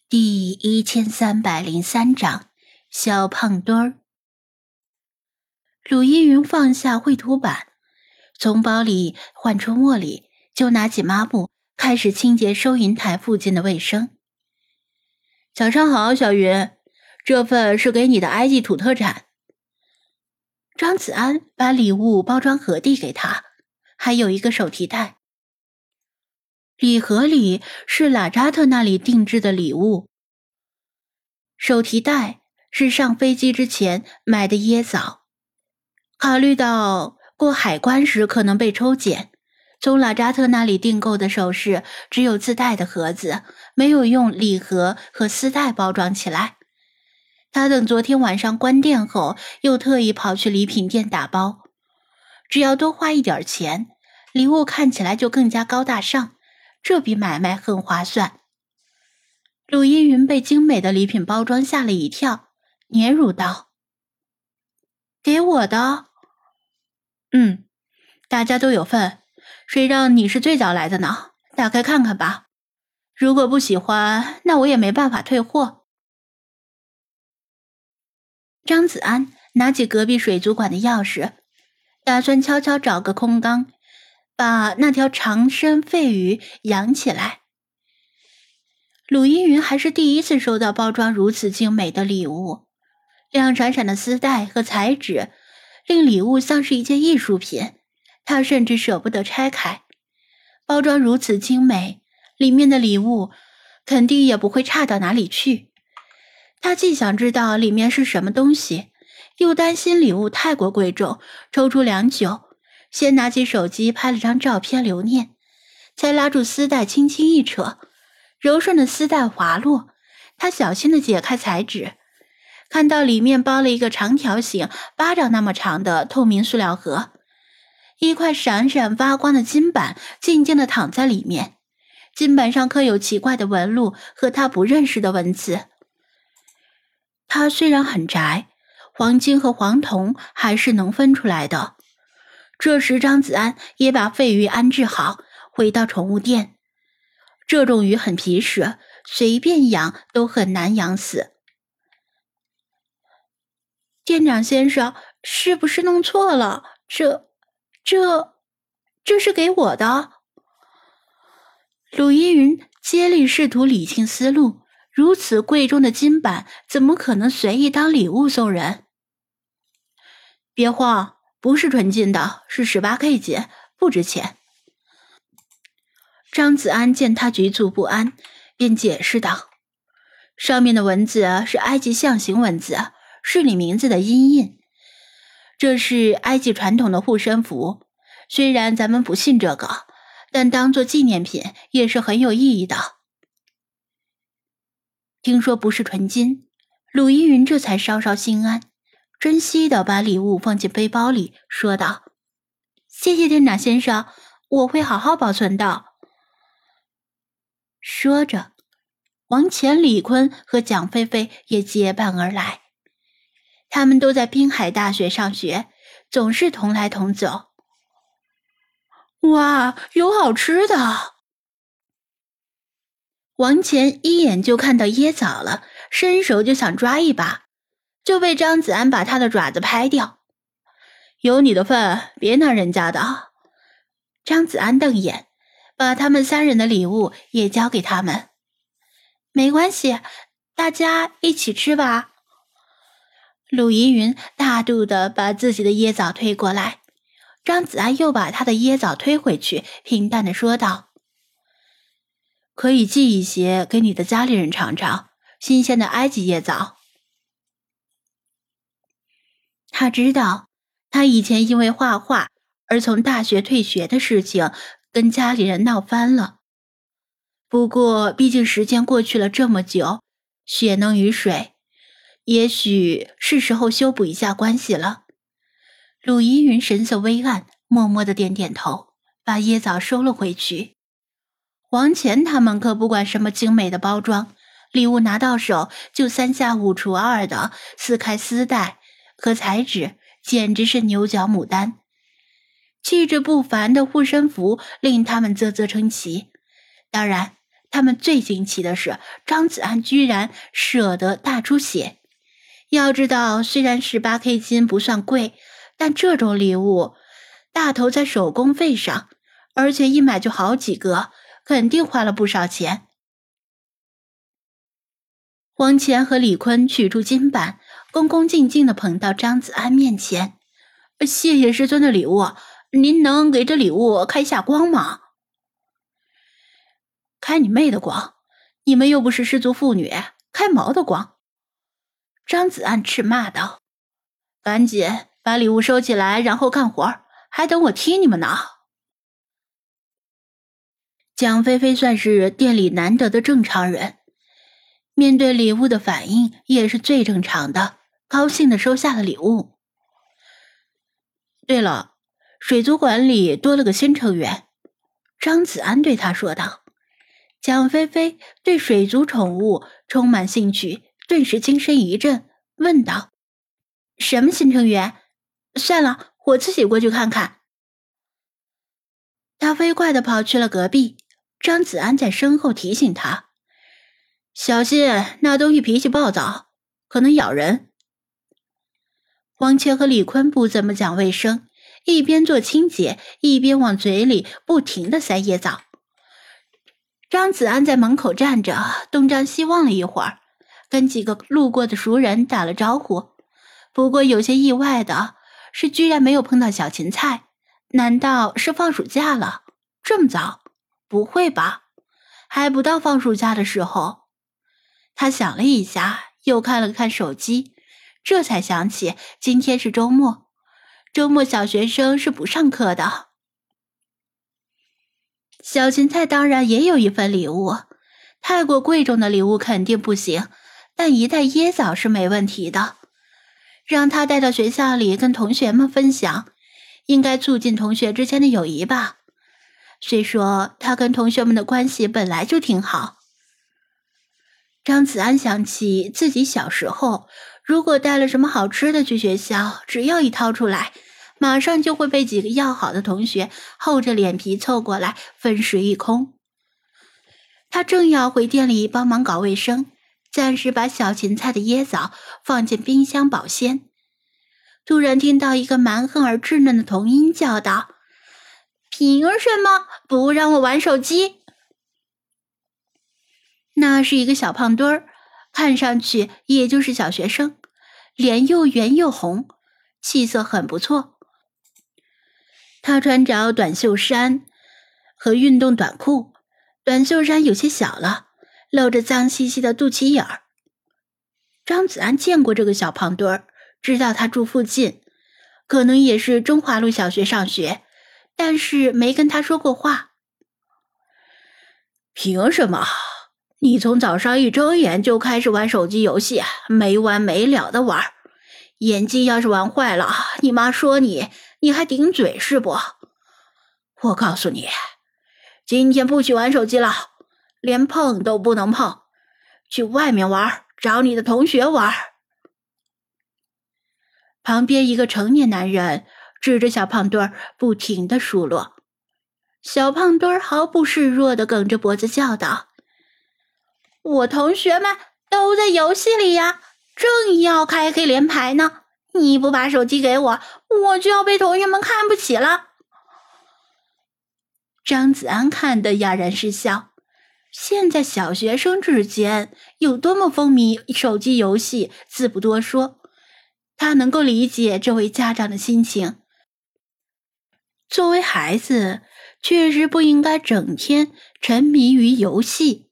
第1303章小胖墩儿。鲁依云放下绘图板，从包里换出茉莉，就拿起抹布开始清洁收银台附近的卫生。早上好，小云，这份是给你的埃及土特产。张子安把礼物包装盒递给他，还有一个手提袋。礼盒里是拉扎特那里定制的礼物，手提袋是上飞机之前买的椰枣。考虑到过海关时可能被抽检，从拉扎特那里订购的首饰只有自带的盒子，没有用礼盒和丝带包装起来。他等昨天晚上关店后，又特意跑去礼品店打包。只要多花一点钱，礼物看起来就更加高大上，这笔买卖很划算。鲁依云被精美的礼品包装吓了一跳，嗫嚅道：“给我的？大家都有份，谁让你是最早来的呢？打开看看吧，如果不喜欢，那我也没办法退货。”张子安拿起隔壁水族馆的钥匙，打算悄悄找个空缸，把那条长身肺鱼养起来。鲁依云还是第一次收到包装如此精美的礼物，亮闪闪的丝带和彩纸令礼物像是一件艺术品，他甚至舍不得拆开。包装如此精美，里面的礼物肯定也不会差到哪里去。他既想知道里面是什么东西，又担心礼物太过贵重，踌躇良久，先拿起手机拍了张照片留念，才拉住丝带轻轻一扯，柔顺的丝带滑落。他小心地解开彩纸，看到里面包了一个长条形巴掌那么长的透明塑料盒，一块闪闪发光的金板静静地躺在里面，金板上刻有奇怪的纹路和他不认识的文字。他虽然很宅，黄金和黄铜还是能分出来的。这时张子安也把肺鱼安置好，回到宠物店。这种鱼很皮实，随便养都很难养死。店长先生，是不是弄错了？这是给我的。鲁依云竭力试图理清思路，如此贵重的金板怎么可能随意当礼物送人？别慌，不是纯金的，是18K 金，不值钱。张子安见他局促不安，便解释道：“上面的文字是埃及象形文字，是你名字的音印。这是埃及传统的护身符，虽然咱们不信这个，但当做纪念品也是很有意义的。”听说不是纯金，鲁依云这才稍稍心安，珍惜地把礼物放进背包里，说道：“谢谢店长先生，我会好好保存的。”说着，王乾、李坤和蒋菲菲也结伴而来。他们都在滨海大学上学，总是同来同走。哇，有好吃的！王乾一眼就看到椰枣了，伸手就想抓一把，就被张子安把他的爪子拍掉。有你的份，别拿人家的。张子安瞪眼，把他们3人的礼物也交给他们。没关系，大家一起吃吧。鲁依云大度地把自己的椰枣推过来，张子安又把他的椰枣推回去，平淡地说道：“可以寄一些给你的家里人尝尝，新鲜的埃及椰枣。”他知道，他以前因为画画而从大学退学的事情跟家里人闹翻了。不过毕竟时间过去了这么久，血浓于水，也许是时候修补一下关系了。鲁依云神色微暗，默默地点点头，把椰枣收了回去。王乾他们可不管什么精美的包装，礼物拿到手就3下5除2的撕开丝带和彩纸，简直是牛角牡丹。气质不凡的护身符令他们啧啧称奇。当然， 他们最惊奇的是，张子安居然舍得大出血。要知道，虽然18K 金不算贵，但这种礼物大头在手工费上，而且一买就好几个，肯定花了不少钱。王乾和李坤取出金板，恭恭敬敬地捧到张子安面前。谢谢师尊的礼物，您能给这礼物开下光吗？开你妹的光！你们又不是失足妇女，开毛的光！张子安斥骂道：“赶紧把礼物收起来，然后干活，还等我踢你们呢。”蒋菲菲算是店里难得的正常人，面对礼物的反应也是最正常的，高兴地收下了礼物。对了，水族馆里多了个新成员，张子安对他说道。蒋菲菲对水族宠物充满兴趣，顿时精神一振，问道：“什么新成员？算了，我自己过去看看。”他飞快地跑去了隔壁，张子安在身后提醒他：“小心，那东西脾气暴躁，可能咬人。”王谦和李坤不怎么讲卫生，一边做清洁，一边往嘴里不停地塞椰枣。张子安在门口站着，东张西望了一会儿，跟几个路过的熟人打了招呼。不过有些意外的是，居然没有碰到小芹菜。难道是放暑假了？这么早？不会吧，还不到放暑假的时候。他想了一下，又看了看手机，这才想起今天是周末，周末小学生是不上课的。小芹菜当然也有一份礼物，太过贵重的礼物肯定不行，但一袋椰枣是没问题的。让他带到学校里跟同学们分享，应该促进同学之间的友谊吧。虽说他跟同学们的关系本来就挺好。张子安想起自己小时候，如果带了什么好吃的去学校，只要一掏出来，马上就会被几个要好的同学厚着脸皮凑过来分食一空。他正要回店里帮忙搞卫生，暂时把小芹菜的椰枣放进冰箱保鲜，突然听到一个蛮横而稚嫩的童音叫道：“凭什么不让我玩手机？”那是一个小胖墩儿，看上去也就是小学生，脸又圆又红，气色很不错。他穿着短袖衫和运动短裤，短袖衫有些小了，露着脏兮兮的肚脐眼儿。张子安见过这个小胖墩儿，知道他住附近，可能也是中华路小学上学，但是没跟他说过话。凭什么？你从早上一睁眼就开始玩手机游戏，没完没了的玩，眼睛要是玩坏了，你妈说你还顶嘴是不？我告诉你，今天不许玩手机了，连碰都不能碰，去外面玩，找你的同学玩。旁边一个成年男人指着小胖墩儿不停地数落，小胖墩儿毫不示弱地梗着脖子叫道：“我同学们都在游戏里呀，正要开黑连排呢，你不把手机给我，我就要被同学们看不起了。”张子安看得哑然失笑，现在小学生之间有多么风靡手机游戏自不多说，他能够理解这位家长的心情。作为孩子，确实不应该整天沉迷于游戏。